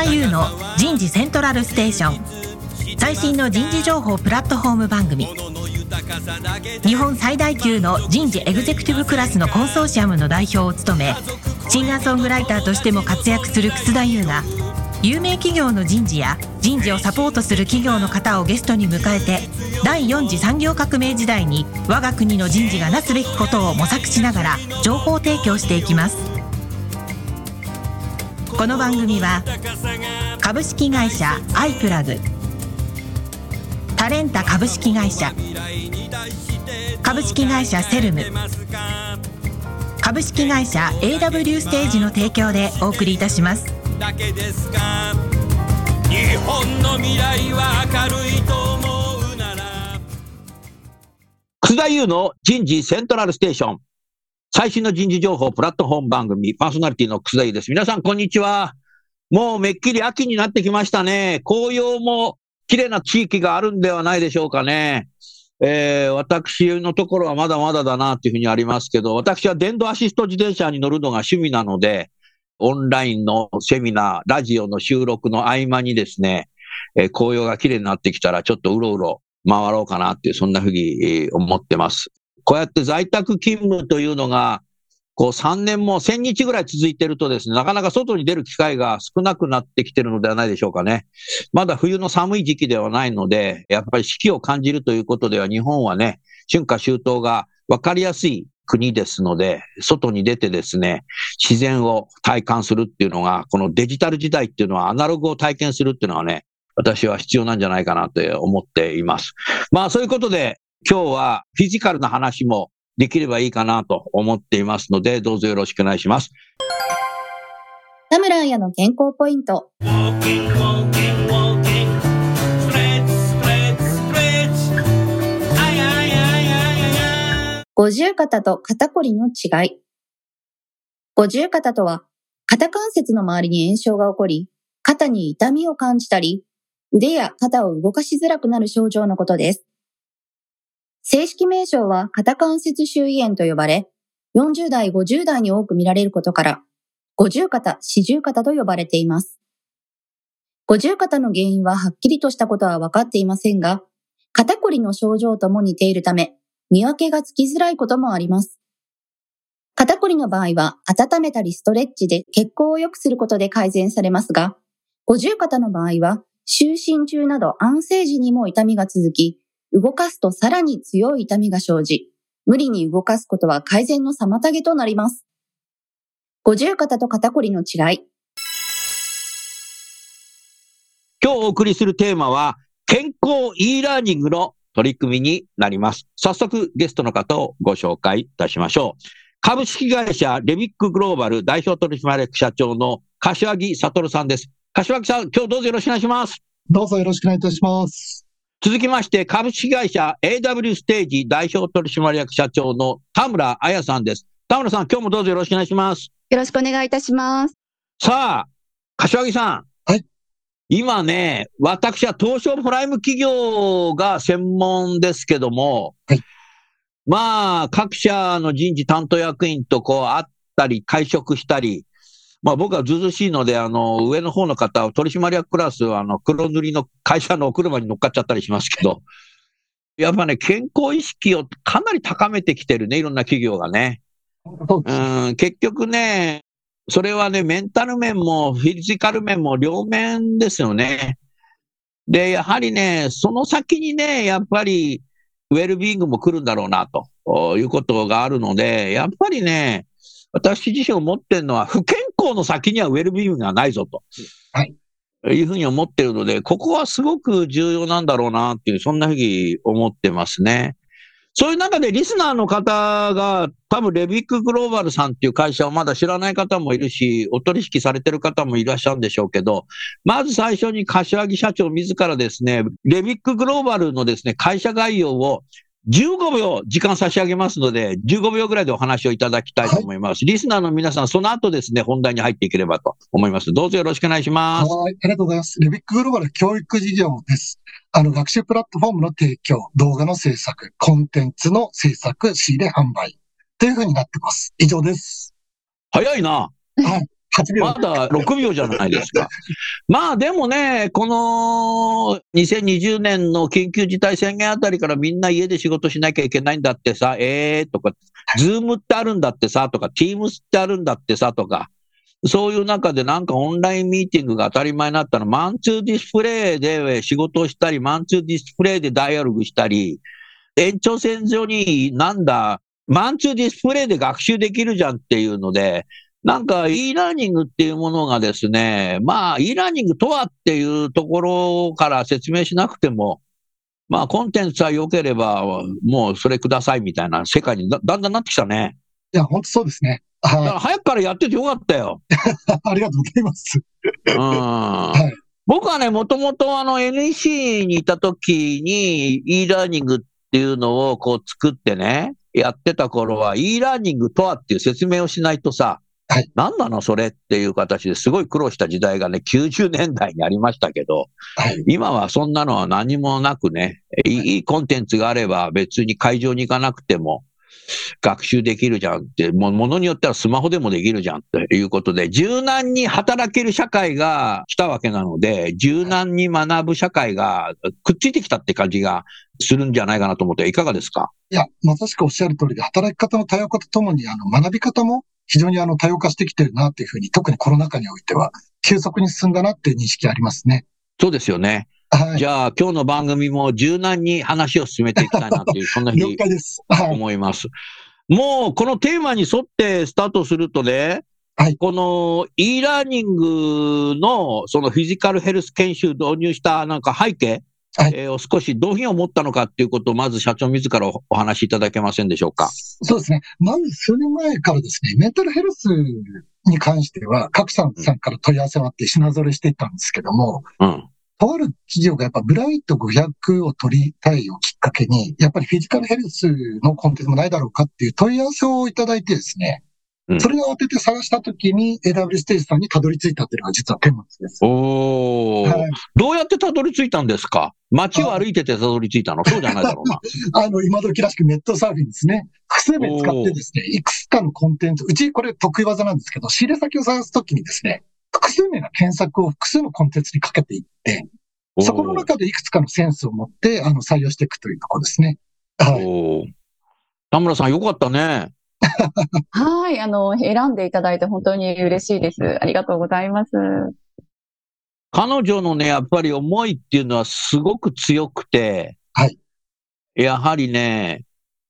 優の人事セントラルステーション、最新の人事情報プラットフォーム番組。日本最大級の人事エグゼクティブクラスのコンソーシアムの代表を務め、シンガーソングライターとしても活躍する楠田優が、有名企業の人事や人事をサポートする企業の方をゲストに迎えて、第4次産業革命時代に我が国の人事がなすべきことを模索しながら情報提供していきます。この番組は株式会社アイプラグ、タレンタ株式会社、株式会社セルム、株式会社 AW ステージの提供でお送りいたします。だけですか、日本の未来は明るいと思うなら。 楠田優の人事セントラルステーション、最新の人事情報プラットフォーム番組、パーソナリティの楠田優です。皆さんこんにちは。もうめっきり秋になってきましたね。紅葉も綺麗な地域があるんではないでしょうかね。私のところはまだまだだなっていうふうにありますけど、私は電動アシスト自転車に乗るのが趣味なので、オンラインのセミナー、ラジオの収録の合間にですね、紅葉が綺麗になってきたらちょっとうろうろ回ろうかなっていう、そんなふうに思ってます。こうやって在宅勤務というのがこう3年も1000日ぐらい続いてるとですね、なかなか外に出る機会が少なくなってきてるのではないでしょうかね。まだ冬の寒い時期ではないので、やっぱり四季を感じるということでは、日本はね、春夏秋冬が分かりやすい国ですので、外に出てですね、自然を体感するっていうのが、このデジタル時代っていうのはアナログを体験するっていうのはね、私は必要なんじゃないかなと思っています。まあそういうことで、今日はフィジカルな話もできればいいかなと思っていますので、どうぞよろしくお願いします。 田村彩の健康ポイント。五十肩と肩こりの違い。五十肩とは、肩関節の周りに炎症が起こり、肩に痛みを感じたり、腕や肩を動かしづらくなる症状のことです。正式名称は肩関節周囲炎と呼ばれ、40代、50代に多く見られることから、五十肩、四十肩と呼ばれています。五十肩の原因ははっきりとしたことは分かっていませんが、肩こりの症状とも似ているため、見分けがつきづらいこともあります。肩こりの場合は、温めたりストレッチで血行を良くすることで改善されますが、五十肩の場合は、就寝中など安静時にも痛みが続き、動かすとさらに強い痛みが生じ、無理に動かすことは改善の妨げとなります。五十肩と肩こりの違い。 今日お送りするテーマは、健康 e ラーニングの取り組みになります。早速ゲストの方をご紹介いたしましょう。株式会社レビックグローバル代表取締役社長の柏木悟さんです。柏木さん、今日どうぞよろしくお願いします。 どうぞよろしくお願いいたします。 続きまして、株式会社 AW ステージ代表取締役社長の田村彩さんです。田村さん、今日もどうぞよろしくお願いします。 よろしくお願いいたします。 さあ、柏木さん。 はい。 今ね、私は東証プライム企業が専門ですけども、 はい。 まあ、各社の人事担当役員とこう会ったり会食したり、まあ僕はずうずうしいので、上の方の方は取締役クラスは黒塗りの会社のお車に乗っかっちゃったりしますけど、やっぱね、健康意識をかなり高めてきてるね、いろんな企業がね。結局ね、それはね、メンタル面もフィジカル面も両面ですよね。で、やはりね、その先にね、やっぱりウェルビーイングも来るんだろうな、ということがあるので、やっぱりね、私自身思ってるのは、不健康の先にはウェルビーイングがないぞと。 はい。 いうふうに思ってるので、ここはすごく重要なんだろうなっていう、そんなふうに思ってますね。そういう中でリスナーの方が多分レビックグローバルさんっていう会社をまだ知らない方もいるし、お取引されてる方もいらっしゃるんでしょうけど、まず最初に柏木社長自らですね、レビックグローバルのですね、会社概要を15秒時間差し上げますので、15秒ぐらいでお話をいただきたいと思います。はい、リスナーの皆さん、その後ですね、本題に入っていければと思います。どうぞよろしくお願いします。 はい、ありがとうございます。レビックグローバル教育事業です。学習プラットフォームの提供、動画の制作、コンテンツの制作、仕入れ、販売というふうになってます。以上です。 早いな。 はい。8秒。 まだ6秒じゃないですか。 まあでもね、この2020年の緊急事態宣言あたりからみんな家で仕事しなきゃいけないんだってさ、とか、ズームってあるんだってさとか、ティームスってあるんだってさとか、そういう中でなんかオンラインミーティングが当たり前になったの、マンツーディスプレイで仕事をしたり、マンツーディスプレイでダイアログしたり、延長線上になんだ、マンツーディスプレイで学習できるじゃんっていうので、なんか e ラーニングっていうものがですね、まあ e ラーニングとはっていうところから説明しなくても、まあコンテンツは良ければもうそれくださいみたいな世界にだんだんなってきたね。 いや、本当そうですね。 だから早くからやっててよかったよ。 ありがとうございます。 はい、僕はね、もともとNEC にいた時に e ラーニングっていうのをこう作ってね、やってた頃は e ラーニングとはっていう説明をしないとさ、 はい、 何なのそれっていう形ですごい苦労した時代がね、90年代にありましたけど、 はい、 今はそんなのは何もなくね、いいコンテンツがあれば別に会場に行かなくても学習できるじゃんって、ものによってはスマホでもできるじゃんということで、柔軟に働ける社会が来たわけなので、柔軟に学ぶ社会がくっついてきたって感じがするんじゃないかなと思って、いかがですか？ いや、まさしくおっしゃる通りで、働き方の多様化とともに、学び方も非常に多様化してきてるなっていうふうに、特にコロナ禍においては、急速に進んだなっていう認識ありますね。 そうですよね。 はい、 じゃあ、今日の番組も柔軟に話を進めていきたいなっていう、そんなふうに思います。もう、このテーマに沿ってスタートするとね、 はい、 この e ラーニングのそのフィジカルヘルス研修導入したなんか背景、はい、を少しどういうふうに思ったのかっていうことをまず社長自らお話しいただけませんでしょうか。 そうですね。まず数年前からですね、メンタルヘルスに関しては各社さんから問い合わせがあって品揃えしていったんですけども、とある企業がやっぱブライト500を取りたいをきっかけに、やっぱりフィジカルヘルスのコンテンツもないだろうかっていう問い合わせをいただいてですね、それを当てて探したときに AW ステージさんにたどり着いたっていうのが実は顛末です。 はい、どうやってたどり着いたんですか？街を歩いててたどり着いたの？そうじゃないだろうな。 今時らしくネットサーフィンですね。複数名使ってですね、いくつかのコンテンツ、うちこれ得意技なんですけど、仕入れ先を探すときにですね、複数名の検索を複数のコンテンツにかけていって、そこの中でいくつかのセンスを持って採用していくというところですね。はい。 田村さんよかったね。 はい、選んでいただいて本当に嬉しいです。ありがとうございます。 彼女のね、やっぱり思いっていうのはすごく強くて、 はい。 やはりね、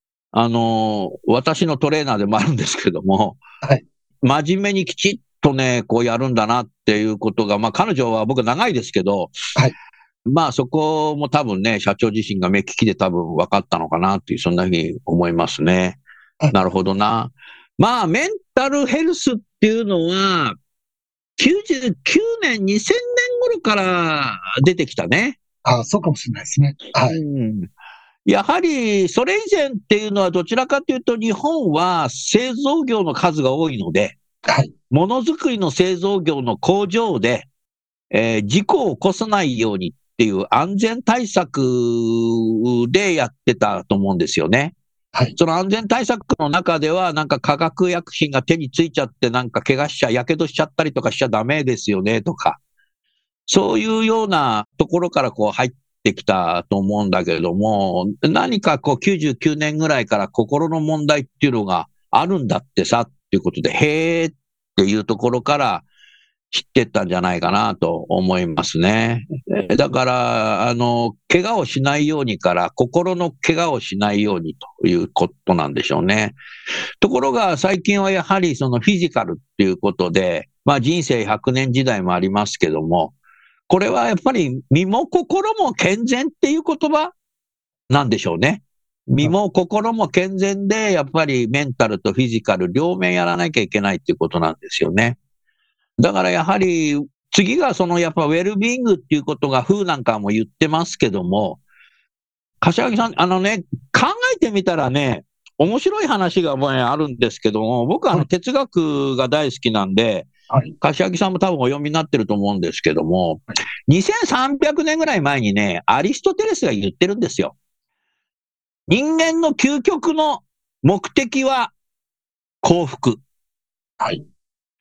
私のトレーナーでもあるんですけども、 はい。 真面目にきちっとね、こうやるんだなっていうことが、まあ彼女は僕長いですけど、 はい。 まあそこも多分ね、社長自身が目利きで多分分かったのかなっていう、そんなふうに思いますね。なるほどな。まあメンタルヘルスっていうのは、99年、2000年頃から出てきたね。 そうかもしれないですね。はい。 やはりそれ以前っていうのはどちらかというと日本は製造業の数が多いので、 はい。 ものづくりの製造業の工場で、事故を起こさないようにっていう安全対策でやってたと思うんですよね。 はい。 その安全対策の中では、なんか化学薬品が手についちゃって、なんか怪我しちゃ、やけどしちゃったりとかしちゃダメですよねとか、そういうようなところからこう入ってきたと思うんだけれども、何かこう99年ぐらいから心の問題っていうのがあるんだってさっていうことで、へーっていうところから知ってったんじゃないかなと思いますね。だから、怪我をしないようにから心の怪我をしないようにということなんでしょうね。ところが最近はやはりそのフィジカルっていうことで、まあ人生100年時代もありますけども、これはやっぱり身も心も健全っていう言葉なんでしょうね。身も心も健全で、やっぱりメンタルとフィジカル両面やらなきゃいけないっていうことなんですよね。だからやはり次がそのやっぱウェルビーイングっていうことが風なんかも言ってますけども、柏木さん、考えてみたらね、面白い話があるんですけども、僕は哲学が大好きなんで、 はい、 柏木さんも多分お読みになってると思うんですけども、2300年ぐらい前にね、アリストテレスが言ってるんですよ。人間の究極の目的は幸福。 はい。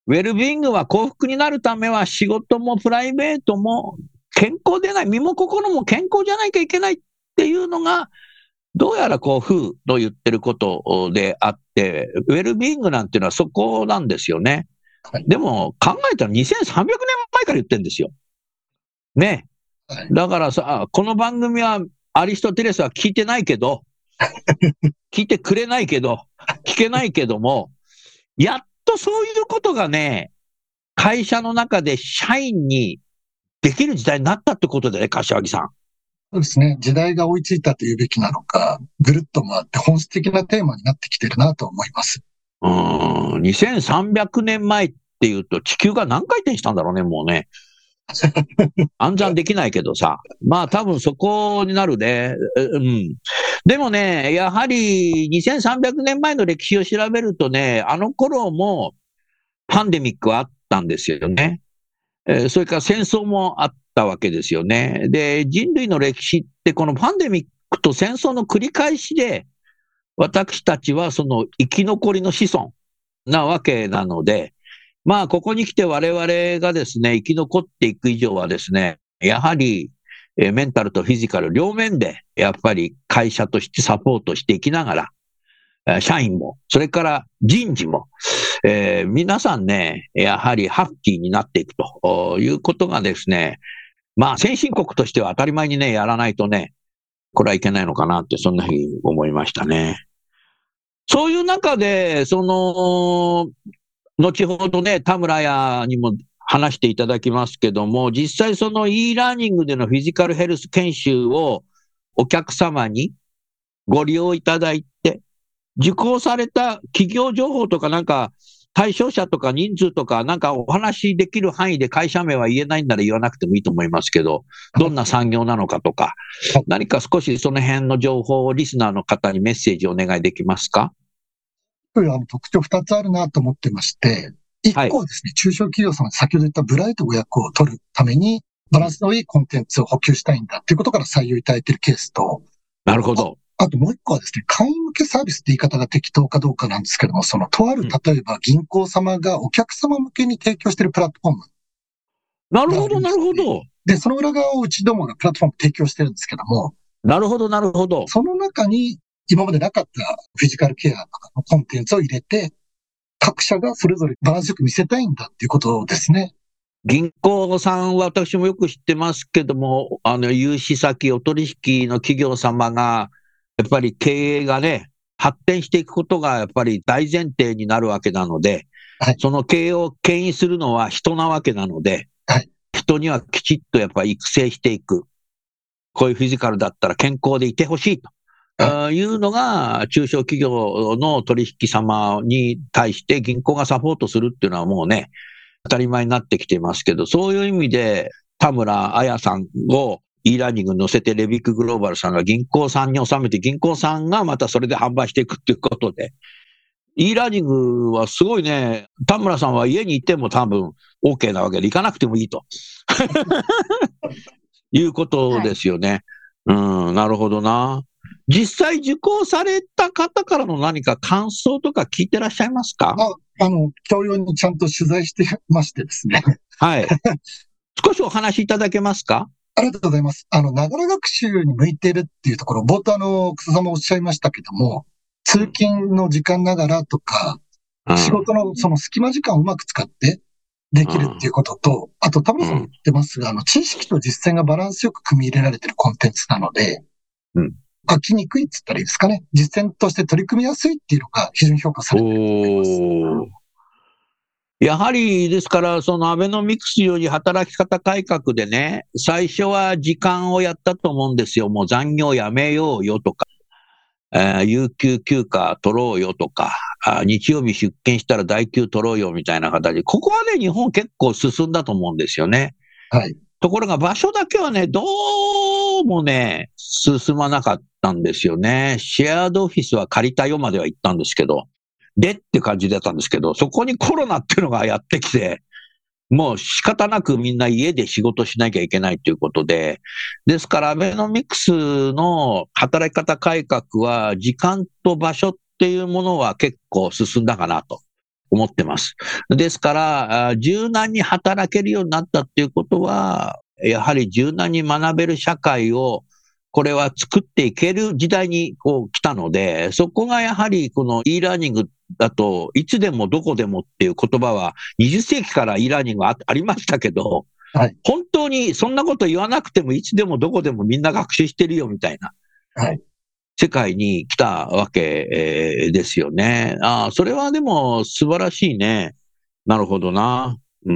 ウェルビーイングは幸福になるためは仕事もプライベートも健康でない、身も心も健康じゃなきゃいけないっていうのが、どうやらFUの言ってることであって、ウェルビーイングなんていうのはそこなんですよね。 はい、 でも考えたら2300年前から言ってるんですよ。ね。 はい、 だからさ、この番組はアリストテレスは聞いてないけど、聞いてくれないけど、聞けないけども、やっとそういうことがね、会社の中で社員にできる時代になったってことでね、柏木さん。 そうですね。時代が追いついたというべきなのか、ぐるっと回って本質的なテーマになってきてるなと思います。 2300年前っていうと地球が何回転したんだろうね、もうね。暗算できないけどさ。まあ多分そこになるね。でもね、やはり2300年前の歴史を調べるとね、あの頃もパンデミックはあったんですよね。それから戦争もあったわけですよね。で、人類の歴史ってこのパンデミックと戦争の繰り返しで、私たちはその生き残りの子孫なわけなので、まあここに来て我々がですね、生き残っていく以上はですね、やはりメンタルとフィジカル両面でやっぱり会社としてサポートしていきながら、社員も、それから人事も、皆さんね、やはりハッピーになっていくということがですね、まあ先進国としては当たり前にね、やらないとね、これはいけないのかなって、そんなふうに思いましたね。そういう中で、後ほどね、田村屋にも話していただきますけども、実際その e ラーニングでのフィジカルヘルス研修をお客様にご利用いただいて、受講された企業情報とかなんか対象者とか人数とかなんかお話しできる範囲で会社名は言えないんなら言わなくてもいいと思いますけど、どんな産業なのかとか、何か少しその辺の情報をリスナーの方にメッセージをお願いできますか？ 特徴2つあるなと思ってまして、1個はですね、中小企業様、先ほど言ったブライト500を取るために、バランスのいいコンテンツを補給したいんだっていうことから採用いただいているケースと、 なるほど。 あともう1個はですね、会員向けサービスって言い方が適当かどうかなんですけども、とある、例えば銀行様がお客様向けに提供しているプラットフォーム。 なるほど、なるほど。 で、その裏側をうちどもがプラットフォーム提供してるんですけども、 なるほど、なるほど。 その中に今までなかったフィジカルケアとかのコンテンツを入れて、各社がそれぞれバランスよく見せたいんだっていうことですね。 銀行さんは私もよく知ってますけども、融資先、お取引の企業様が、やっぱり経営がね、発展していくことがやっぱり大前提になるわけなので、はい、その経営を牽引するのは人なわけなので、はい、人にはきちっとやっぱり育成していく。こういうフィジカルだったら健康でいてほしいと。いうのが中小企業の取引様に対して銀行がサポートするっていうのはもうね、当たり前になってきていますけど、そういう意味で田村彩さんを e ラーニングに乗せてレビックグローバルさんが銀行さんに納めて銀行さんがまたそれで販売していくっていうことで、e ラーニングはすごいね、田村さんは家にいても多分 OK なわけで行かなくてもいいということですよね。はい、なるほどな。実際受講された方からの何か感想とか聞いてらっしゃいますか？ 教養にちゃんと取材してましてですね。 はい。少しお話しいただけますか？ ありがとうございます。ながら学習に向いているっていうところ、冒頭草さんもおっしゃいましたけども、通勤の時間ながらとか、仕事のその隙間時間をうまく使ってできるっていうことと、あと田村さんも言ってますが、知識と実践がバランスよく組み入れられているコンテンツなので、飽きにくいって言ったらいいですかね。実践として取り組みやすいっていうのが非常に評価されていると思います。 やはり、ですから、そのアベノミクスより働き方改革でね、最初は時間をやったと思うんですよ。もう残業やめようよとか、有給休暇取ろうよとか、日曜日出勤したら代休取ろうよみたいな形で、ここはね、日本結構進んだと思うんですよね。 はい。 ところが場所だけはね、どうもね、進まなかったんですよね。シェアードオフィスは借りたよまでは行ったんですけど、でって感じだったんですけど、そこにコロナっていうのがやってきて、もう仕方なくみんな家で仕事しなきゃいけないということで、ですからアベノミクスの働き方改革は時間と場所っていうものは結構進んだかなと。 思ってます。ですから、柔軟に働けるようになったっていうことは、やはり柔軟に学べる社会を、これは作っていける時代に来たので、そこがやはりこの e ラーニングだと、いつでもどこでもっていう言葉は、20世紀から e ラーニングはありましたけど、はい、本当にそんなこと言わなくても、いつでもどこでもみんな学習してるよみたいな、はい、世界に来たわけですよね。それはでも素晴らしいね。なるほどな。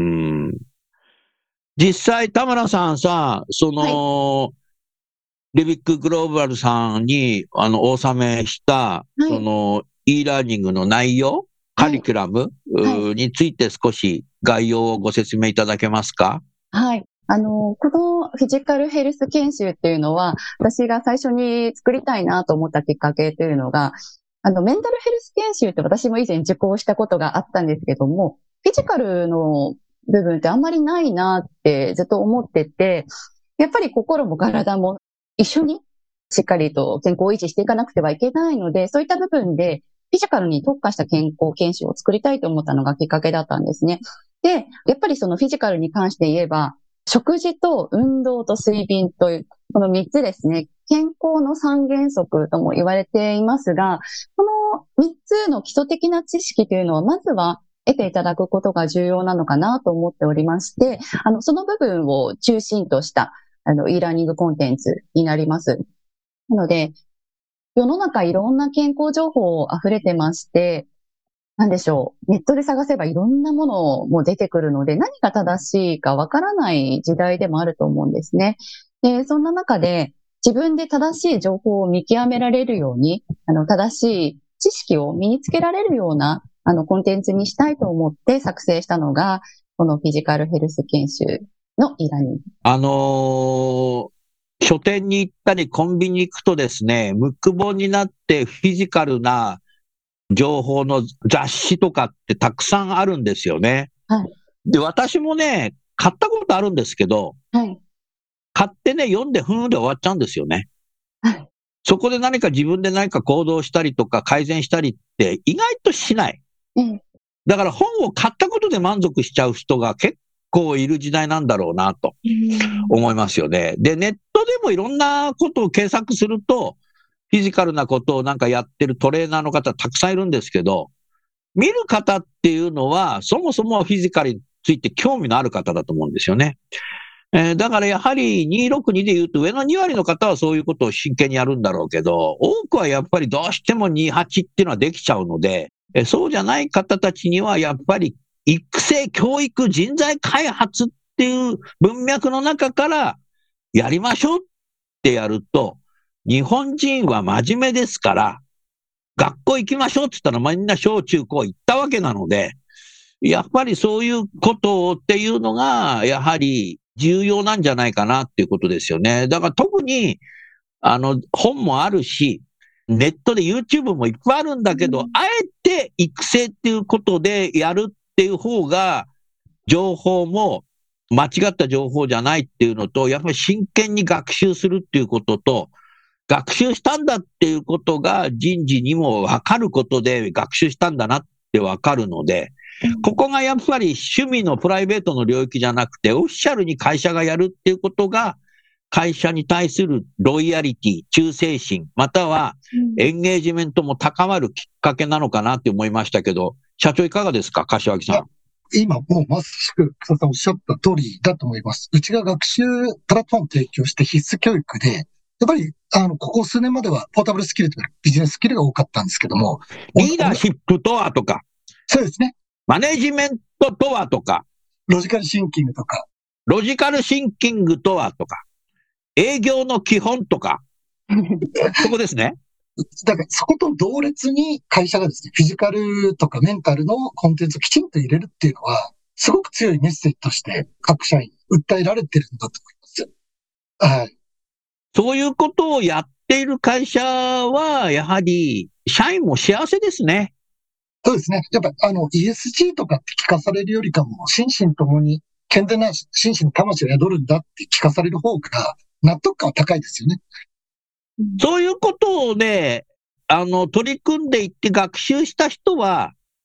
実際、田村さんさ、はい、リビックグローバルさんにお納めした、はい、e ラーニングの内容、カリキュラム、はい、について少し概要をご説明いただけますか？ はい。このフィジカルヘルス研修っていうのは、私が最初に作りたいなと思ったきっかけというのが、メンタルヘルス研修って私も以前受講したことがあったんですけども、フィジカルの部分ってあんまりないなってずっと思ってて、やっぱり心も体も一緒にしっかりと健康を維持していかなくてはいけないので、そういった部分でフィジカルに特化した健康研修を作りたいと思ったのがきっかけだったんですね。で、やっぱりそのフィジカルに関して言えば、食事と運動と睡眠という、この3つですね、健康の3原則とも言われていますが、この3つの基礎的な知識というのは、まずは得ていただくことが重要なのかなと思っておりまして、その部分を中心とした、e ラーニングコンテンツになります。なので、世の中いろんな健康情報溢れてまして、なんでしょう。ネットで探せばいろんなものも出てくるので、何が正しいかわからない時代でもあると思うんですね。で、そんな中で自分で正しい情報を見極められるように、正しい知識を身につけられるような、コンテンツにしたいと思って作成したのが、このフィジカルヘルス研修のeラーニング。 書店に行ったりコンビニに行くとですね、ムック本になってフィジカルな情報の雑誌とかってたくさんあるんですよね。はい。で、私もね、買ったことあるんですけど、はい。買ってね、読んでふーんで終わっちゃうんですよね。はい。そこで何か自分で何か行動したりとか改善したりって意外としない。うん。だから本を買ったことで満足しちゃう人が結構いる時代なんだろうなと思いますよね。で、ネットでもいろんなことを検索すると、フィジカルなことをなんかやってるトレーナーの方たくさんいるんですけど、見る方っていうのはそもそもフィジカルについて興味のある方だと思うんですよね。だからやはり262で言うと上の2割の方はそういうことを真剣にやるんだろうけど、多くはやっぱりどうしても28っていうのはできちゃうので、そうじゃない方たちにはやっぱり育成、教育、人材開発っていう文脈の中からやりましょうってやると、日本人は真面目ですから、学校行きましょうって言ったらみんな小中高行ったわけなので、やっぱりそういうことっていうのが、やはり重要なんじゃないかなっていうことですよね。だから特に、本もあるし、ネットで YouTube もいっぱいあるんだけど、あえて育成っていうことでやるっていう方が、情報も間違った情報じゃないっていうのと、やっぱり真剣に学習するっていうことと、学習したんだっていうことが人事にも分かることで学習したんだなって分かるので、ここがやっぱり趣味のプライベートの領域じゃなくて、オフィシャルに会社がやるっていうことが、会社に対するロイヤリティ、忠誠心、またはエンゲージメントも高まるきっかけなのかなって思いましたけど、社長いかがですか、柏木さん。 今もうまさしく草さんおっしゃった通りだと思います。うちが学習プラットフォーム提供して必須教育で、やっぱり、ここ数年まではポータブルスキルとかビジネススキルが多かったんですけども。 リーダーシップとはとか。 そうですね。 マネジメントとはとか。 ロジカルシンキングとか。 ロジカルシンキングとはとか。営業の基本とか。そこですね。 だからそこと同列に会社がですね、フィジカルとかメンタルのコンテンツをきちんと入れるっていうのは、すごく強いメッセージとして各社員訴えられてるんだと思います。はい。 そういうことをやっている会社は、やはり、社員も幸せですね。 そうですね。やっぱ、ESG とかって聞かされるよりかも、心身ともに、健全な心身の魂を宿るんだって聞かされる方が、納得感は高いですよね。 そういうことをね、取り組んでいって学習した人は、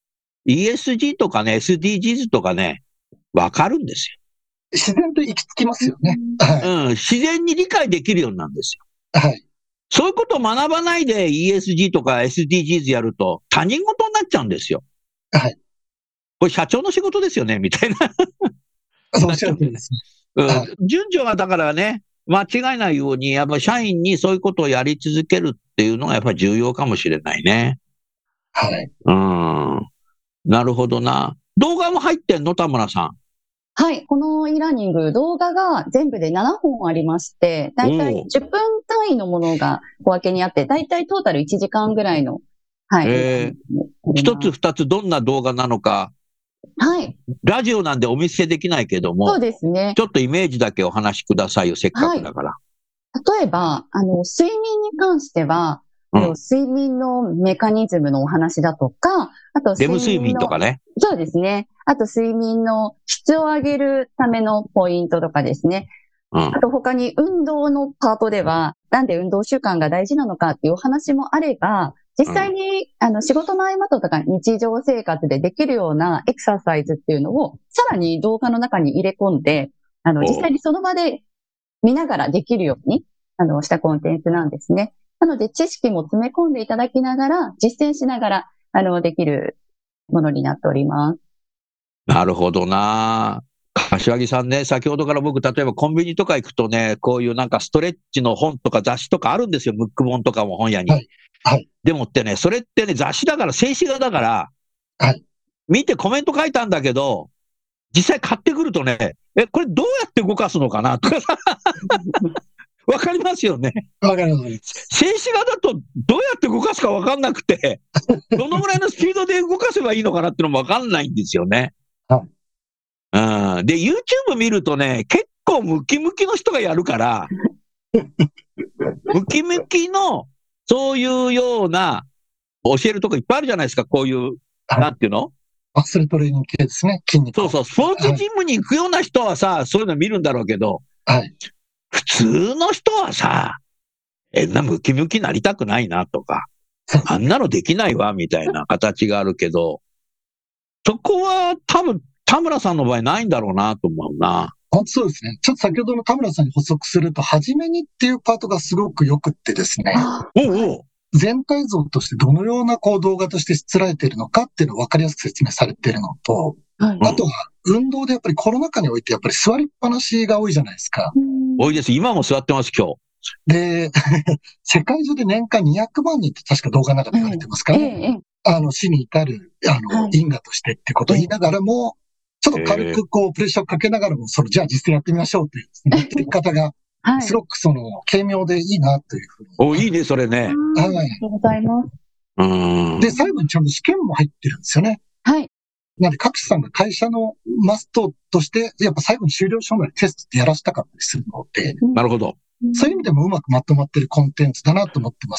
ESG とかね、SDGs とかね、わかるんです自然と行き着きますよね。 よ。自然に理解できるようになるんですよ。はい。 そういうことを学ばないで ESG とか SDGs やると他人事になっちゃうんですよ。 はい。 これ社長の仕事ですよね、みたいな。 そうおっしゃる通りですね。 順序はだからね、間違いないように、やっぱ社員にそういうことをやり続けるっていうのがやっぱり重要かもしれないね。 はい。 なるほどな。動画も入ってんの、田村さん。 はい。この e ラーニング、動画が全部で7本ありまして、だいたい10分単位のものが小分けにあって、だいたいトータル1時間ぐらいの。はい。 一つ二つどんな動画なのか。 はい。 ラジオなんでお見せできないけども。 そうですね。 ちょっとイメージだけお話しくださいよ、せっかくだから。 例えば、睡眠に関しては、睡眠のメカニズムのお話だとか、あとレム睡眠とかね。 そうですね。あと睡眠の質を上げるためのポイントとかですね。あと他に運動のパートでは、なんで運動習慣が大事なのかっていうお話もあれば、実際に、仕事の合間とか日常生活でできるようなエクササイズっていうのを、さらに動画の中に入れ込んで、実際にその場で見ながらできるように、したコンテンツなんですね。なので、知識も詰め込んでいただきながら、実践しながら、できるものになっております。 なるほどな。柏木さんね、先ほどから僕、例えばコンビニとか行くとね、こういうなんかストレッチの本とか雑誌とかあるんですよ。ムック本とかも本屋に。 はいはい、 でもってね、それってね、雑誌だから、静止画だから、 はい、 見てコメント書いたんだけど、実際買ってくるとね、これどうやって動かすのかなとかわかりますよね。 わかります。 静止画だとどうやって動かすかわかんなくて、どのぐらいのスピードで動かせばいいのかなってのもわかんないんですよね。 はい。 で、YouTube 見るとね、結構ムキムキの人がやるから、ムキムキのそういうような教えるとこいっぱいあるじゃないですか、こういう、なんていうの？ マッスルトレーニング系ですね、筋肉。 そうそう、スポーツジムに行くような人はさ、そういうの見るんだろうけど、 はい。 普通の人はさ、ムキムキなりたくないなとか、あんなのできないわ、みたいな形があるけど、そこは多分、田村さんの場合ないんだろうなと思うな。 そうですね。ちょっと先ほどの田村さんに補足すると、初めにっていうパートがすごく良くってですね。全体像としてどのような動画としてしつらえているのかっていうのを分かりやすく説明されているのと、あとは運動でやっぱりコロナ禍においてやっぱり座りっぱなしが多いじゃないですか。 多いです。今も座ってます、今日。 で、世界中で年間200万人って確か動画の中で言われてますからね。死に至る、因果としてってことを言いながらも、ちょっと軽くプレッシャーをかけながらも、じゃあ実践やってみましょうというですね、言い方が、すごく軽妙でいいなというふうに。 いいね、それね。 ありがとうございます。 で、最後にちゃんと試験も入ってるんですよね。 はい。 なので、各社さんが会社のマストとして、やっぱ最後に終了証明テストってやらせたかったりするので。 なるほど。 そういう意味でもうまくまとまってるコンテンツだなと思ってます。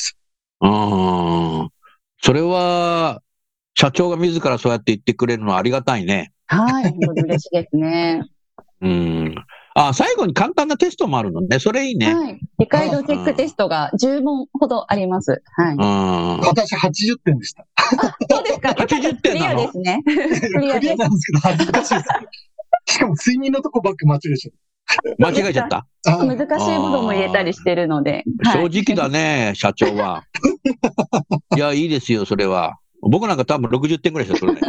それは、社長が自らそうやって言ってくれるのはありがたいね。 はい、嬉しいですね。 最後に簡単なテストもあるのね。それいいね。 はい。理解度チェックテストが10問ほどあります。はい。 私80点でした。 そうですか。 80点なの？ クリアですね。 クリアなんですけど恥ずかしいです。しかも睡眠のとこばっか間違えちゃった。 間違えちゃった。 難しいものも入れたりしてるので。 正直だね、社長は。いや、いいですよ、それは。僕なんか多分60点ぐらいしか取れない。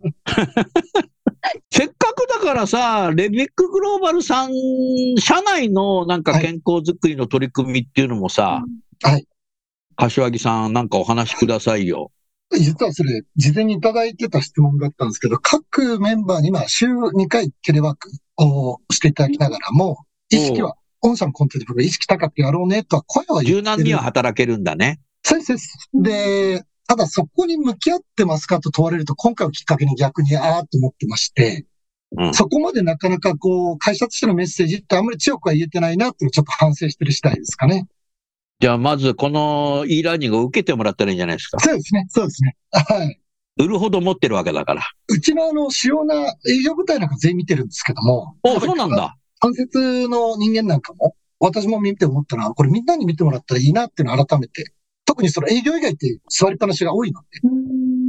せっかくだからさ、レビックグローバルさん、社内のなんか健康づくりの取り組みっていうのもさ、 はい。 柏木さんなんかお話しくださいよ。 実はそれ、事前にいただいてた質問だったんですけど、各メンバーに週2回テレワークをしていただきながらも、意識は、御社のコンテンツで意識高くやろうねとは声は言ってる。 柔軟には働けるんだね。 そうです。で、ただそこに向き合ってますかと問われると、今回をきっかけに逆にと思ってまして、そこまでなかなか会社としてのメッセージってあんまり強くは言えてないなっていうのをちょっと反省してる次第ですかね。 じゃあまずこの e ラーニングを受けてもらったらいいんじゃないですか。 そうですね。はい。 売るほど持ってるわけだから。 うちの主要な営業部隊なんか全員見てるんですけども。 そうなんだ。 関節の人間なんかも、私も見て思ったのは、これみんなに見てもらったらいいなっていうのを改めて。特にその営業以外って座りっぱなしが多いので。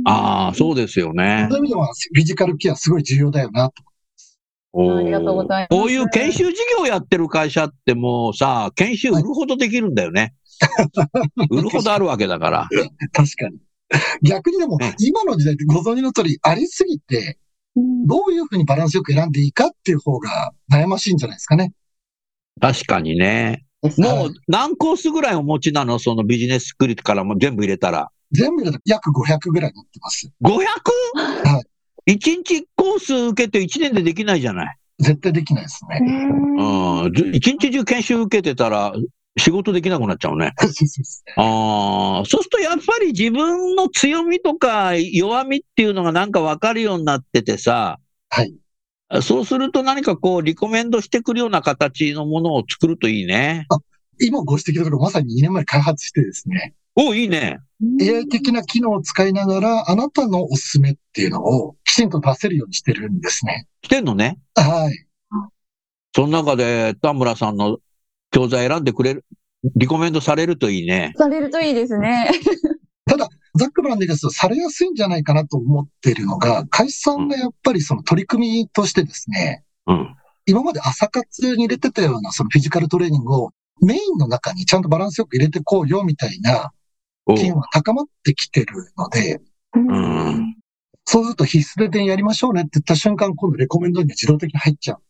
ああ、そうですよね。 そういう意味では、フィジカルケアすごい重要だよなと。 ありがとうございます。 こういう研修事業やってる会社ってもうさ、研修売るほどできるんだよね。売るほどあるわけだから。 確かに。逆にでも、今の時代ってご存知の通りありすぎて、どういうふうにバランスよく選んでいいかっていう方が悩ましいんじゃないですかね。 確かにね。もう何コースぐらいお持ちなの？そのビジネススクールからも全部入れたら。 全部入れたら約500ぐらいになってます。 500？ はい。 1日コース受けて1年でできないじゃない。 絶対できないですね。 一日中研修受けてたら仕事できなくなっちゃうね。そうするとやっぱり自分の強みとか弱みっていうのがなんか分かるようになっててさ、 はい。 そうすると何かこうリコメンドしてくるような形のものを作るといいね。 今ご指摘のところまさに2年前開発してですね。 いいね。 AI 的な機能を使いながら、あなたのおすすめっていうのをきちんと出せるようにしてるんですね。 してんのね。 はい。 その中で田村さんの教材選んでくれる、リコメンドされるといいね。 されるといいですね。 ただ、ざっくばらんで言いますと、されやすいんじゃないかなと思っているのが、会社さんがやっぱりその取り組みとしてですね、今まで朝活に入れてたようなそのフィジカルトレーニングをメインの中にちゃんとバランスよく入れてこうよみたいな機運が高まってきてるので、そうすると必須でやりましょうねって言った瞬間、今度レコメンドに自動的に入っちゃう。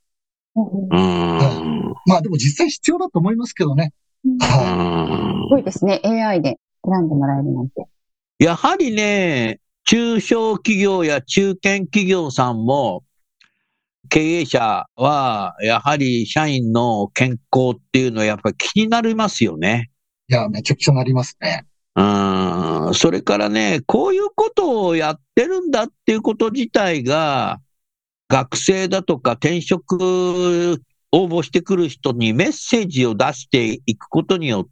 まあでも実際必要だと思いますけどね。 すごいですね。AI で選んでもらえるなんて。 やはりね、中小企業や中堅企業さんも、経営者は、やはり社員の健康っていうのはやっぱり気になりますよね。 いや、めちゃくちゃなりますね。 それからね、こういうことをやってるんだっていうこと自体が、学生だとか転職応募してくる人にメッセージを出していくことによって、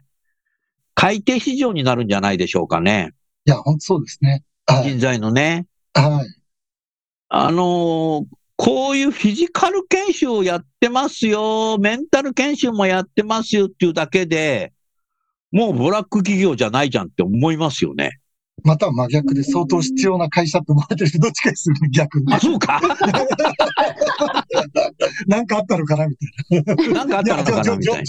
改定市場になるんじゃないでしょうかね。 いや、本当そうですね。 人材のね。 はい。 こういうフィジカル研修をやってますよ、メンタル研修もやってますよっていうだけで、もうブラック企業じゃないじゃんって思いますよね。 または真逆で相当必要な会社って思われてる人どっちかでするね、逆に。 そうかなんかあったのかなみたいな。 なんかあったのかなみたい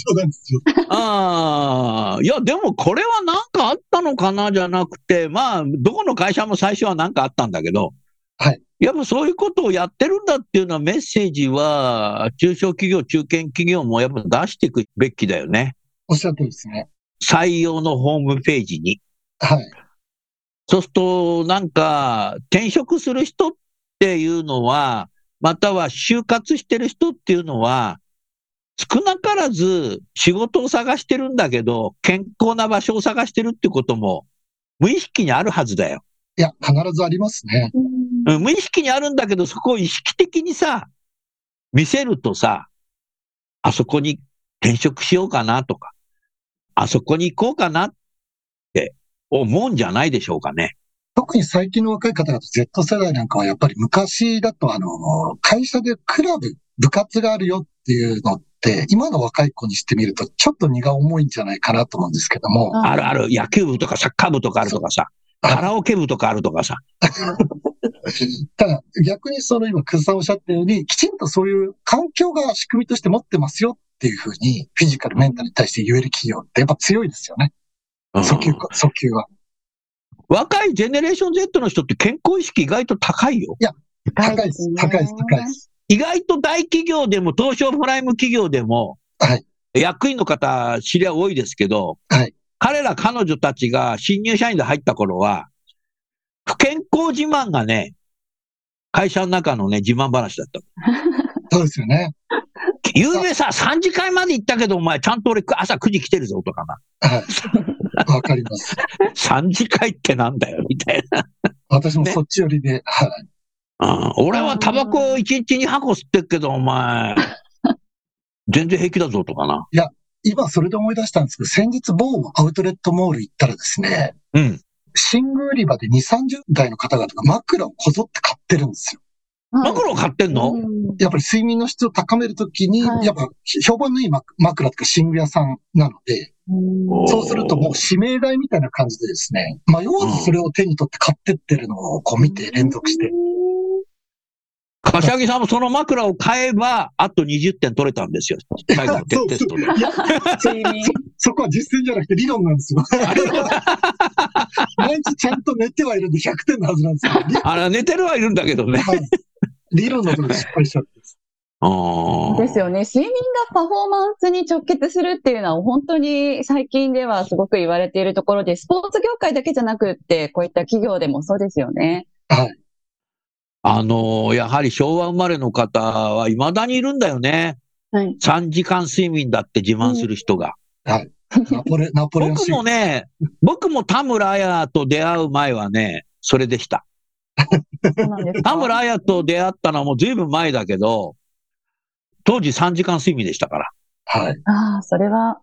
な。いや、でもこれはなんかあったのかなじゃなくて、まあ、どこの会社も最初はなんかあったんだけど、 はい。 やっぱそういうことをやってるんだっていうのはメッセージは、中小企業、中堅企業もやっぱ出していくべきだよね。 おっしゃるとりですね。 採用のホームページに。 はい。 そうすると、なんか、転職する人っていうのは、または就活してる人っていうのは、少なからず仕事を探してるんだけど、健康な場所を探してるってことも、無意識にあるはずだよ。 いや、必ずありますね。 無意識にあるんだけど、そこを意識的にさ、見せるとさ、あそこに転職しようかなとか、あそこに行こうかなって思うんじゃないでしょうかね。 特に最近の若い方々、Z 世代なんかはやっぱり昔だと会社でクラブ、部活があるよっていうのって、今の若い子にしてみるとちょっと荷が重いんじゃないかなと思うんですけども。 あるある、野球部とかサッカー部とかあるとかさ、カラオケ部とかあるとかさ。 ただ逆に今、久さんおっしゃったように、きちんとそういう環境が仕組みとして持ってますよっていうふうに、フィジカル、メンタルに対して言える企業ってやっぱ強いですよね。訴求は。 若いジェネレーション Z の人って健康意識意外と高いよ。 いや、高いです。 意外と大企業でも、東証プライム企業でも、 はい、 役員の方、知り合い多いですけど、 はい、 彼女たちが新入社員で入った頃は、不健康自慢がね、会社の中のね、自慢話だった。 そうですよね。 ゆうべさ、3時会まで行ったけど、お前、ちゃんと俺、朝9時来てるぞ、とかな。 はい。わかります。 3時会ってなんだよ、みたいな。 私もそっち寄りで、はい。 俺はタバコ1日2箱吸ってっけど、お前、全然平気だぞ、とかな。 いや、今それで思い出したんですけど、先日某アウトレットモール行ったらですね、寝具売り場で2、30代の方々が枕をこぞって買ってるんですよ。 枕を買ってんの？ やっぱり睡眠の質を高めるときに、やっぱ評判のいい枕とか寝具屋さんなので、 そうするともう指名買いみたいな感じでですね、迷わずそれを手に取って買ってってるのをこう見て連続して。 柏木さんもその枕を買えば、あと20点取れたんですよ。最後のテストで。 そこは実践じゃなくて理論なんですよ。毎日ちゃんと寝てはいるんで100点のはずなんですよ。 寝てるはいるんだけどね。 はい、理論のところで失敗しちゃって。 ですよね。睡眠がパフォーマンスに直結するっていうのは本当に最近ではすごく言われているところで、スポーツ業界だけじゃなくって、こういった企業でもそうですよね。 はい。 やはり昭和生まれの方は未だにいるんだよね。 はい。 3時間睡眠だって自慢する人が。 はい。ナポレオン僕も田村彩と出会う前はね、それでした。田村彩と出会ったのはもう随分前だけど、当時3時間睡眠でしたから。 はい。 ああ、それは。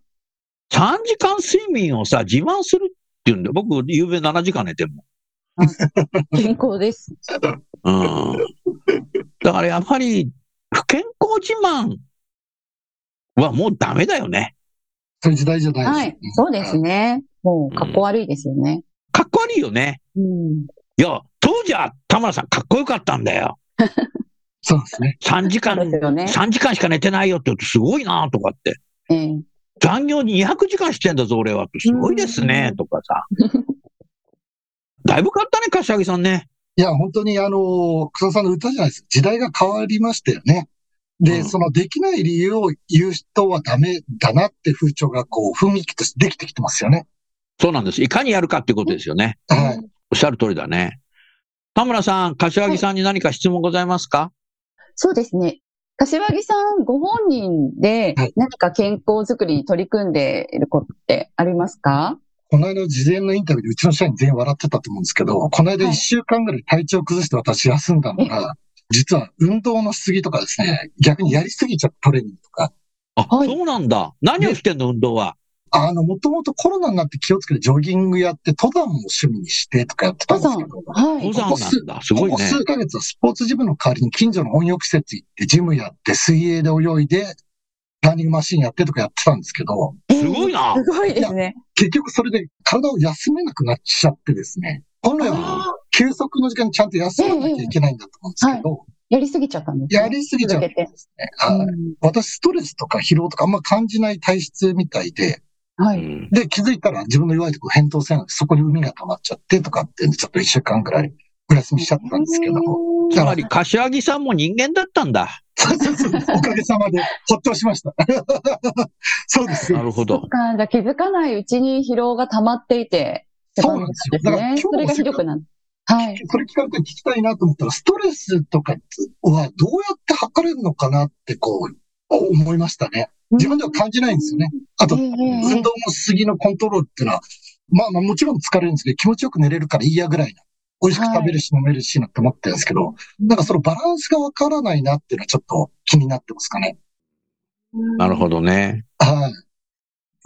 3時間睡眠をさ、自慢するっていうんで、僕、夕べ7時間寝てるもん。 健康です。 うん。だからやっぱり、不健康自慢はもうダメだよね。 そういう時代じゃないです、 はい。そうですね。もう、かっこ悪いですよね。 かっこ悪いよね。 うん。 いや、当時は田村さんかっこよかったんだよ。 そうですね。 3時間しか寝てないよって言うとすごいなとかって。残業に200時間してんだぞ俺はってすごいですねとかさ。だいぶ変わったね、柏木さんね。 いや、本当に草田さんの歌じゃないです。時代が変わりましたよね。で、そのできない理由を言う人はダメだなって風潮がこう、雰囲気としてできてきてますよね。 そうなんです。いかにやるかっていうことですよね。 はい。 おっしゃる通りだね。田村さん、柏木さんに何か質問ございますか？ そうですね。柏木さんご本人で何か健康づくりに取り組んでいることってありますか？ この間事前のインタビューでうちの社員全員笑ってたと思うんですけど、この間1週間ぐらい体調崩して私休んだのが、実は運動のしすぎとかですね、逆にやりすぎちゃったトレーニングとか。 そうなんだ。何をしてんの運動は。 もともとコロナになって気をつけてジョギングやって登山も趣味にしてとかやってたんですけど。 登山なんだ。すごいね。 ここ数ヶ月はスポーツジムの代わりに近所の温浴施設行ってジムやって水泳で泳いでランニングマシンやってとかやってたんですけど。 すごいな。 すごいですね。 結局それで体を休めなくなっちゃってですね。本来は休息の時間にちゃんと休まなきゃいけないんだと思うんですけど。 やりすぎちゃったんですね。 やりすぎちゃったんですね。私ストレスとか疲労とかあんま感じない体質みたいで。 はい。 で、気づいたら自分の弱いところ返答せなくて、そこに海が溜まっちゃってとかって、ちょっと1週間くらいお休みしちゃったんですけど。 つまり、柏木さんも人間だったんだ。 そうおかげさまで、ほっとしました。そうです。 なるほど。 じゃあ気づかないうちに疲労が溜まっていて。 そうなんですよ。だから今日それがひどくなる。はい。 それ聞かれて聞きたいなと思ったら、ストレスとかはどうやって測れるのかなって思いましたね。自分では感じないんですよね。あと、運動のしすぎのコントロールっていうのは、まあもちろん疲れるんですけど、気持ちよく寝れるからいいやぐらいな。美味しく食べるし飲めるしなって思ってるんですけど、なんかそのバランスがわからないなっていうのはちょっと気になってますかね。 なるほどね。 はい。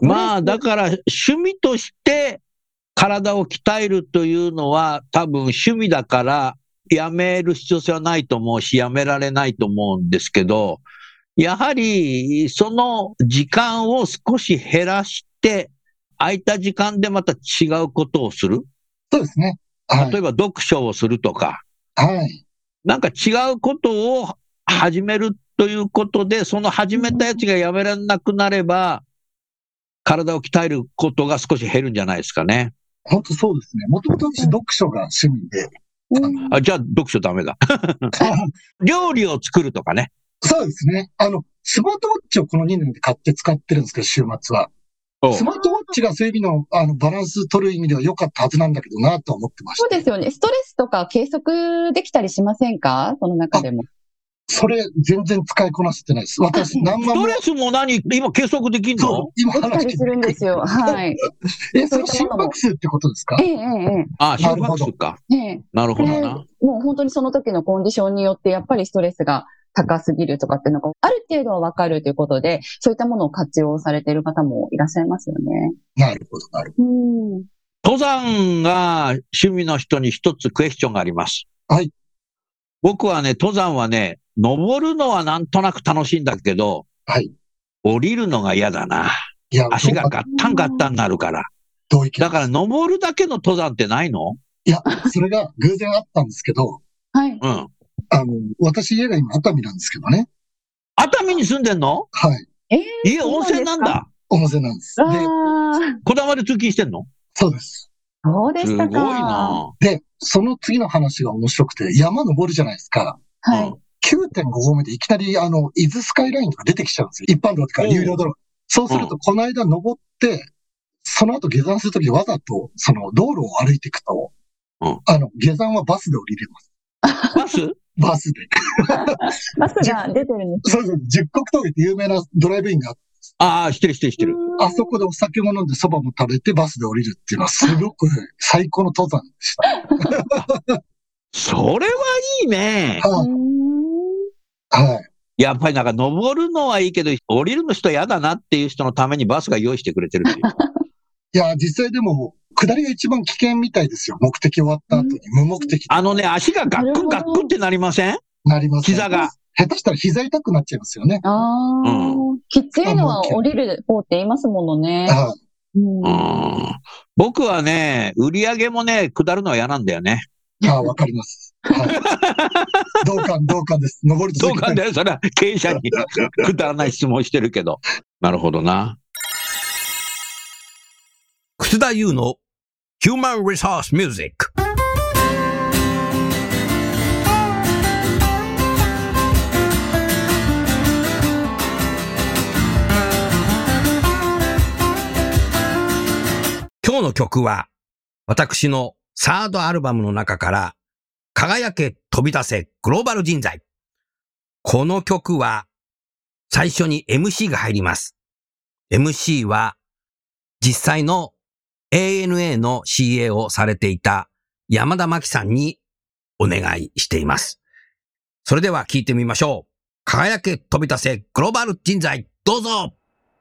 まあ、だから趣味として体を鍛えるというのは多分趣味だからやめる必要性はないと思うし、やめられないと思うんですけど、やはりその時間を少し減らして、空いた時間でまた違うことをする。 そうですね。 はい、例えば読書をするとか、 はい。 なんか違うことを始めるということで、その始めたやつがやめられなくなれば、体を鍛えることが少し減るんじゃないですかね。 本当そうですね。もともと私読書が趣味で。 じゃあ読書ダメだ。料理を作るとかね。 そうですね。スマートウォッチをこの2年で買って使ってるんですけど、週末は。スマートウォッチがそういう意味の、バランス取る意味では良かったはずなんだけどなと思ってました。 そうですよね。ストレスとか計測できたりしませんか？その中でも。 それ、全然使いこなせてないです。私、何万も。 ストレスも今計測できんの？ そう、今話したりするんですよ。はい。 その心拍数ってことですか？ あ、心拍数か。なるほどな。 もう本当にその時のコンディションによって、やっぱりストレスが高すぎるとかっていうのがある程度はわかるということで、そういったものを活用されている方もいらっしゃいますよね。 なるほど、なるほど。 登山が趣味の人に一つクエスチョンがあります。 はい。 僕はね、登山はね、登るのはなんとなく楽しいんだけど、 はい。 降りるのが嫌だな。 いや、 足がガッタンガッタンになるから。だから登るだけの登山ってないの？ いや、それが偶然あったんですけど、 はい。 私家が今熱海なんですけどね。 熱海に住んでんの？ はい。 家温泉なんだ。 温泉なんです。で、 こだまで通勤してんの？ そうです。 そうでしたか。 すごいな。 で、その次の話が面白くて、山登るじゃないですか。 はい。 9.5 合目でいきなり、伊豆スカイラインとか出てきちゃうんですよ。一般道とか有料道路。そうすると、この間登って、その後下山するときわざと、その道路を歩いていくと、下山はバスで降りれます。 バス？ バスで。 バスが出てるんです。 そうそう、十国峠って有名なドライブインがあって。 ああ、知ってる。 あそこでお酒も飲んで蕎麦も食べてバスで降りるっていうのはすごく最高の登山でした。 それはいいね。 はい。 やっぱりなんか登るのはいいけど、降りるの人嫌だなっていう人のためにバスが用意してくれてるっていう。 いや、実際でも、下りが一番危険みたいですよ。目的終わった後に無目的。 足がガックンガックンってなりません？ なります。 膝が。 下手したら膝痛くなっちゃいますよね。 きついのは降りる方って言いますものね。 僕はね、売り上げもね、下るのは嫌なんだよね。 わかります。はい、同感です。登り同感だよ。それは経営者にくだらない質問してるけど。なるほどな。楠田優の Human Resource Music。今日の曲は、私のサードアルバムの中から、輝け飛び出せグローバル人材。この曲は、最初に MC が入ります。MC は、実際の ANA の CA をされていた山田真紀さんにお願いしています。それでは聞いてみましょう。輝け飛び出せグローバル人材。どうぞ。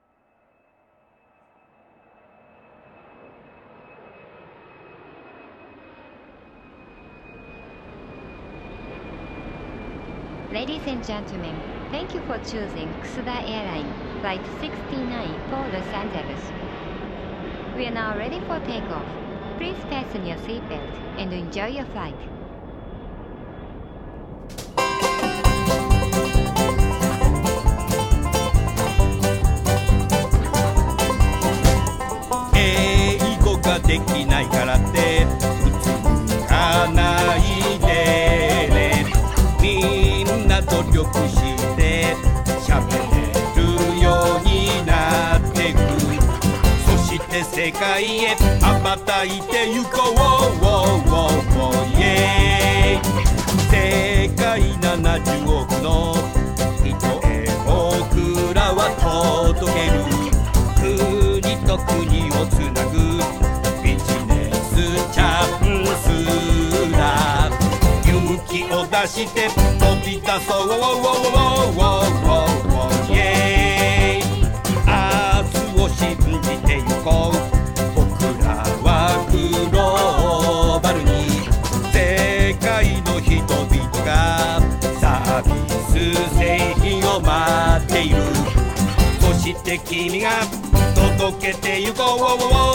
Ladies and gentlemen, thank you for choosing Kusuda Airline Flight 69 for Los Angeles. We are now ready for takeoff. Please fasten your seatbelt and enjoy your flight. 英語ができないからってうつかないでね。みんな努力して喋れるようになってく。そして世界へ羽ばたいてゆこう。世界70億の人へ僕らは届ける。国と国をつなぐビジネスチャンスだ。勇気を出して飛び出そう。明日を信じてゆこう。僕らはグローバルに世界の人々がサービス製品を待っている。そして君が届けてゆこう。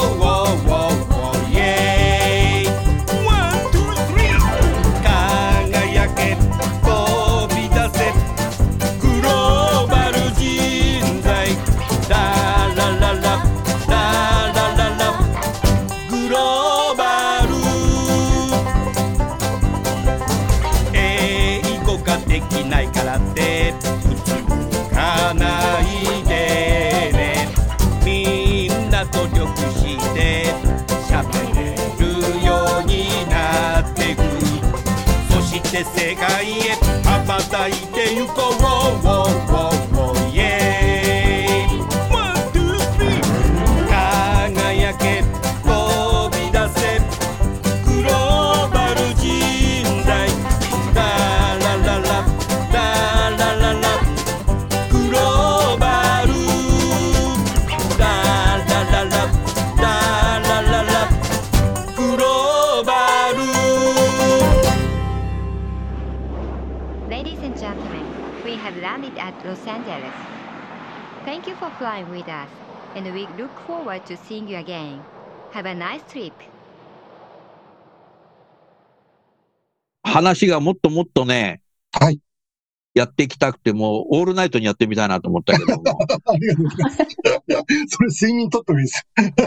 輝け飛び出せグローバル人材。ララララララララグローバル。英語ができないからってうつかないでね。みんな努力して喋れるようになってく。そして世界へ羽ばたいてゆこう。輝け飛び出せグローバル人材。ララララララララグローバル。ララララララララグローバル。 Ladies and gentlemen, we have landed at Los Angeles. Thank you for flying with us. and we look forward to seeing you again. Have a nice trip. 話がもっともっとね、 はい。 やっていきたくても、オールナイトにやってみたいなと思ったけども。 ありがとうございます。それ睡眠とってもいいです。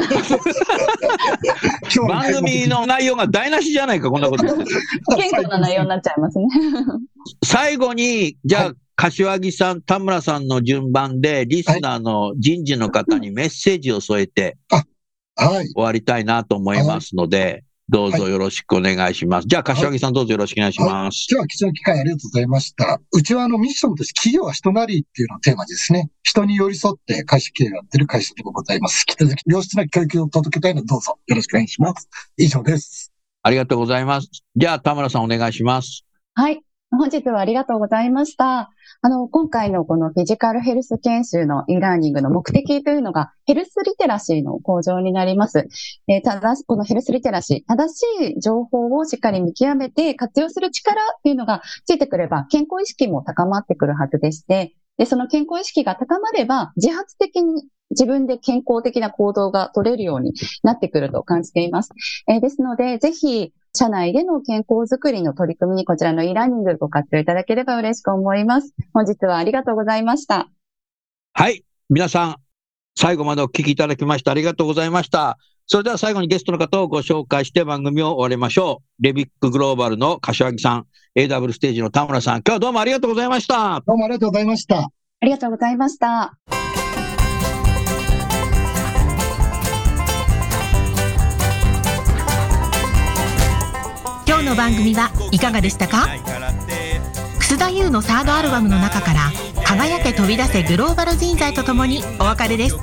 番組の内容が台無しじゃないか、こんなこと言ってて。 健康な内容になっちゃいますね。 最後に、じゃあ、はい、柏木さん、田村さんの順番で、リスナーの人事の方にメッセージを添えて、終わりたいなと思いますので、どうぞよろしくお願いします。じゃあ、柏木さんどうぞよろしくお願いします。 では、貴重な機会ありがとうございました。うちはミッションとして企業は人なりっていうのをテーマですね。人に寄り添って会社経営をやってる会社でございます。引き続き良質な教育を届けたいのでどうぞよろしくお願いします。以上です。 ありがとうございます。じゃあ、田村さんお願いします。 はい。本日はありがとうございました。今回のこのフィジカルヘルス研修の e ラーニングの目的というのがヘルスリテラシーの向上になります。このヘルスリテラシー、正しい情報をしっかり見極めて活用する力っていうのがついてくれば健康意識も高まってくるはずでして、その健康意識が高まれば自発的に自分で健康的な行動が取れるようになってくると感じています。ですので、ぜひ社内での健康づくりの取り組みにこちらの e ラーニングご活用いただければ嬉しく思います。本日はありがとうございました。 はい。皆さん、最後までお聞きいただきましてありがとうございました。それでは最後にゲストの方をご紹介して番組を終わりましょう。レビックグローバルの柏木さん、AW ステージの田村さん、今日はどうもありがとうございました。 どうもありがとうございました。 ありがとうございました。 今日の番組はいかがでしたか？楠田優のサードアルバムの中から輝け飛び出せグローバル人材とともにお別れです。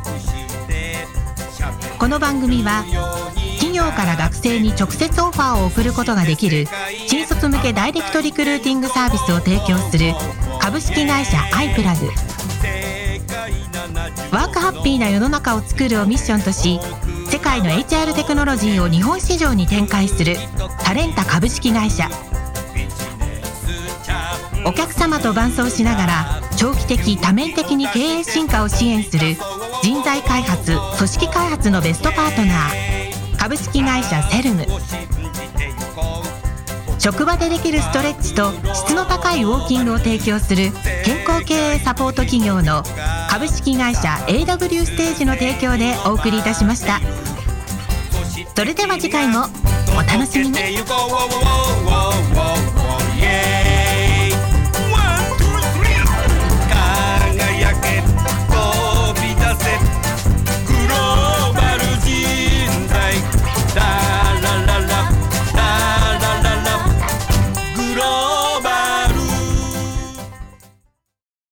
この番組は企業から学生に直接オファーを送ることができる新卒向けダイレクトリクルーティングサービスを提供する株式会社アイプラグ、ワークハッピーな世の中を作るをミッションとし、世界の HR テクノロジーを日本市場に展開するタレンタ株式会社、お客様と伴走しながら長期的多面的に経営進化を支援する人材開発・組織開発のベストパートナー株式会社セルム、職場でできるストレッチと質の高いウォーキングを提供する健康経営サポート企業の株式会社 AW ステージの提供でお送りいたしました。それでは次回もお楽しみに。